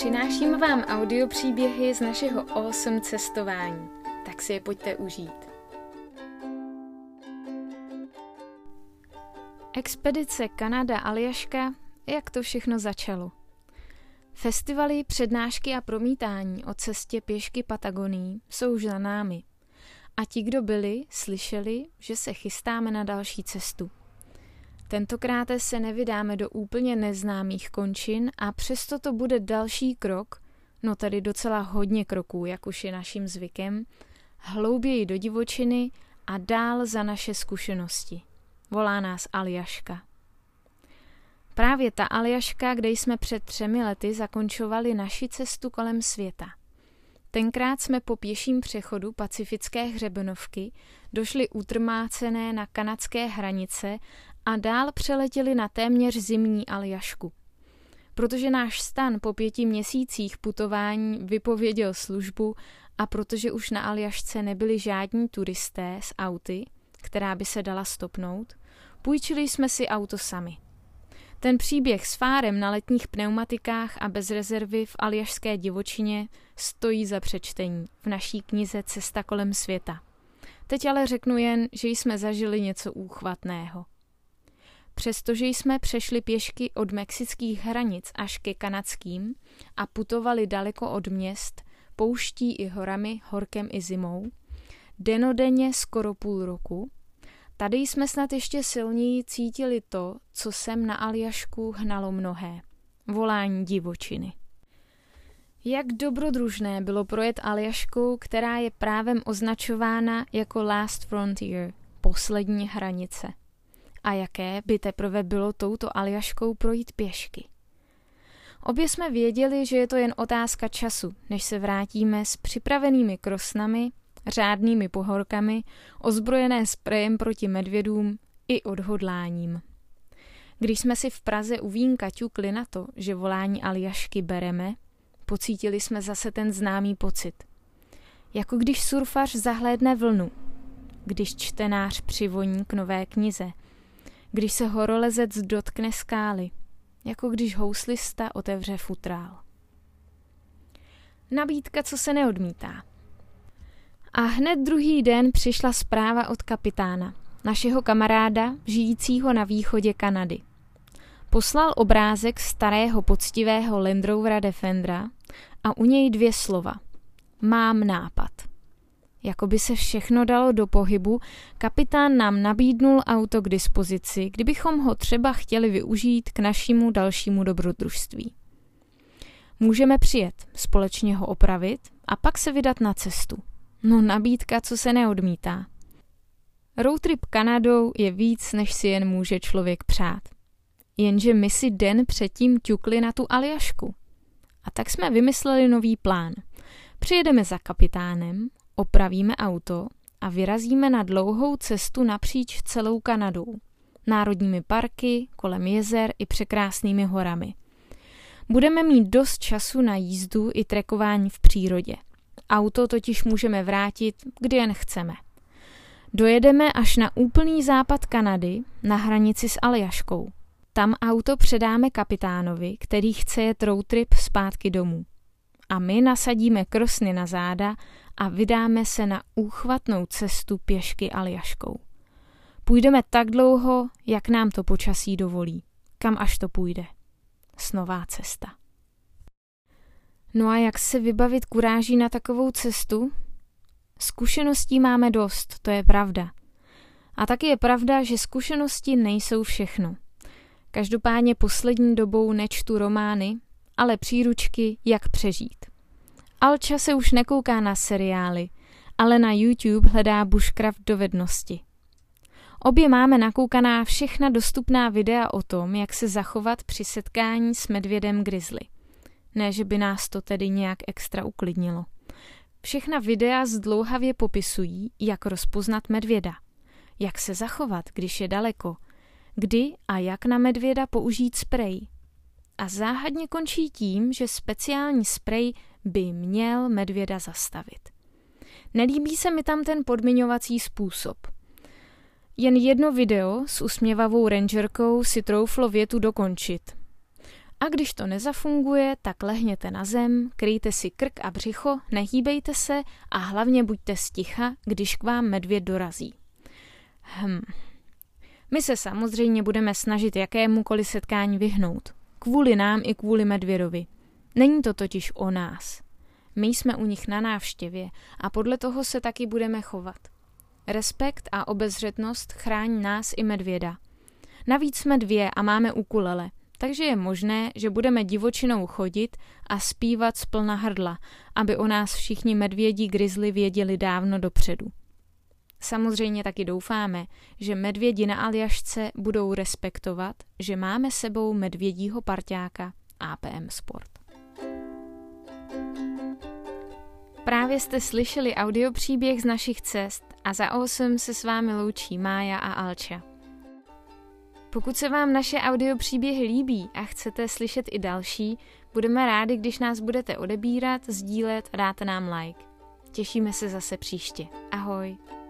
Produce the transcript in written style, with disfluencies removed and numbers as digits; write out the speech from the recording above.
Přináším vám audiopříběhy z našeho awesome cestování. Tak si je pojďte užít. Expedice Kanada-Aljaška, jak to všechno začalo. Festivaly, přednášky a promítání o cestě pěšky Patagonií jsou už za námi. A ti, kdo byli, slyšeli, že se chystáme na další cestu. Tentokrát se nevydáme do úplně neznámých končin a přesto to bude další krok, no tedy docela hodně kroků, jak už je naším zvykem, hlouběji do divočiny a dál za naše zkušenosti. Volá nás Aljaška. Právě ta Aljaška, kde jsme před 3 lety zakončovali naši cestu kolem světa. Tenkrát jsme po pěším přechodu pacifické hřebenovky došli utrmácené na kanadské hranice a dál přeletěli na téměř zimní Aljašku. Protože náš stan po 5 měsících putování vypověděl službu a protože už na Aljašce nebyli žádní turisté s auty, která by se dala stopnout, půjčili jsme si auto sami. Ten příběh s fárem na letních pneumatikách a bez rezervy v aljašské divočině stojí za přečtení v naší knize Cesta kolem světa. Teď ale řeknu jen, že jsme zažili něco úchvatného. Přestože jsme přešli pěšky od mexických hranic až ke kanadským a putovali daleko od měst, pouští i horami, horkem i zimou, dennodenně skoro půl roku, tady jsme snad ještě silněji cítili to, co sem na Aljašku hnalo mnohé. Volání divočiny. Jak dobrodružné bylo projet Aljaškou, která je právem označována jako Last Frontier, poslední hranice. A jaké by teprve bylo touto Aljaškou projít pěšky. Obě jsme věděli, že je to jen otázka času, než se vrátíme s připravenými krosnami, řádnými pohorkami, ozbrojené sprejem proti medvědům i odhodláním. Když jsme si v Praze u vínka ťukli na to, že volání Aljašky bereme, pocítili jsme zase ten známý pocit. Jako když surfař zahlédne vlnu, když čtenář přivoní k nové knize, když se horolezec dotkne skály, jako když houslista otevře futrál. Nabídka, co se neodmítá. A hned druhý den přišla zpráva od kapitána, našeho kamaráda, žijícího na východě Kanady. Poslal obrázek starého poctivého Land Rovera Defendera a u něj 2 slova. Mám nápad. Jakoby se všechno dalo do pohybu, kapitán nám nabídnul auto k dispozici, kdybychom ho třeba chtěli využít k našemu dalšímu dobrodružství. Můžeme přijet, společně ho opravit a pak se vydat na cestu. No nabídka, co se neodmítá. Roadtrip Kanadou je víc, než si jen může člověk přát. Jenže my si den předtím ťukli na tu Aljašku. A tak jsme vymysleli nový plán. Přijedeme za kapitánem, opravíme auto a vyrazíme na dlouhou cestu napříč celou Kanadou. Národními parky, kolem jezer i překrásnými horami. Budeme mít dost času na jízdu i trekování v přírodě. Auto totiž můžeme vrátit, kdy jen chceme. Dojedeme až na úplný západ Kanady, na hranici s Aljaškou. Tam auto předáme kapitánovi, který chce jet roadtrip zpátky domů. A my nasadíme krosny na záda a vydáme se na úchvatnou cestu pěšky Aljaškou. Půjdeme tak dlouho, jak nám to počasí dovolí. Kam až to půjde. Snová cesta. No a jak se vybavit kuráží na takovou cestu? Zkušeností máme dost, to je pravda. A taky je pravda, že zkušenosti nejsou všechno. Každopádně poslední dobou nečtu romány, ale příručky, jak přežít. Alča se už nekouká na seriály, ale na YouTube hledá bushcraft dovednosti. Obě máme nakoukaná všechna dostupná videa o tom, jak se zachovat při setkání s medvědem grizzly. Ne, že by nás to tedy nějak extra uklidnilo. Všechna videa zdlouhavě popisují, jak rozpoznat medvěda, jak se zachovat, když je daleko, kdy a jak na medvěda použít sprej. A záhadně končí tím, že speciální sprej by měl medvěda zastavit. Nelíbí se mi tam ten podmiňovací způsob. Jen jedno video s usměvavou rangerkou si trouflo větu dokončit. A když to nezafunguje, tak lehněte na zem, kryjte si krk a břicho, nehýbejte se a hlavně buďte sticha, když k vám medvěd dorazí. My se samozřejmě budeme snažit jakémukoliv setkání vyhnout. Kvůli nám i kvůli medvědovi. Není to totiž o nás. My jsme u nich na návštěvě a podle toho se taky budeme chovat. Respekt a obezřetnost chrání nás i medvěda. Navíc jsme 2 a máme ukulele, takže je možné, že budeme divočinou chodit a zpívat z plna hrdla, aby o nás všichni medvědí grizzly věděli dávno dopředu. Samozřejmě taky doufáme, že medvědi na Aljašce budou respektovat, že máme sebou medvědího parťáka APM Sport. Právě jste slyšeli audiopříběh z našich cest a za 8 se s vámi loučí Mája a Alča. Pokud se vám naše audiopříběhy líbí a chcete slyšet i další, budeme rádi, když nás budete odebírat, sdílet a dáte nám like. Těšíme se zase příště. Ahoj!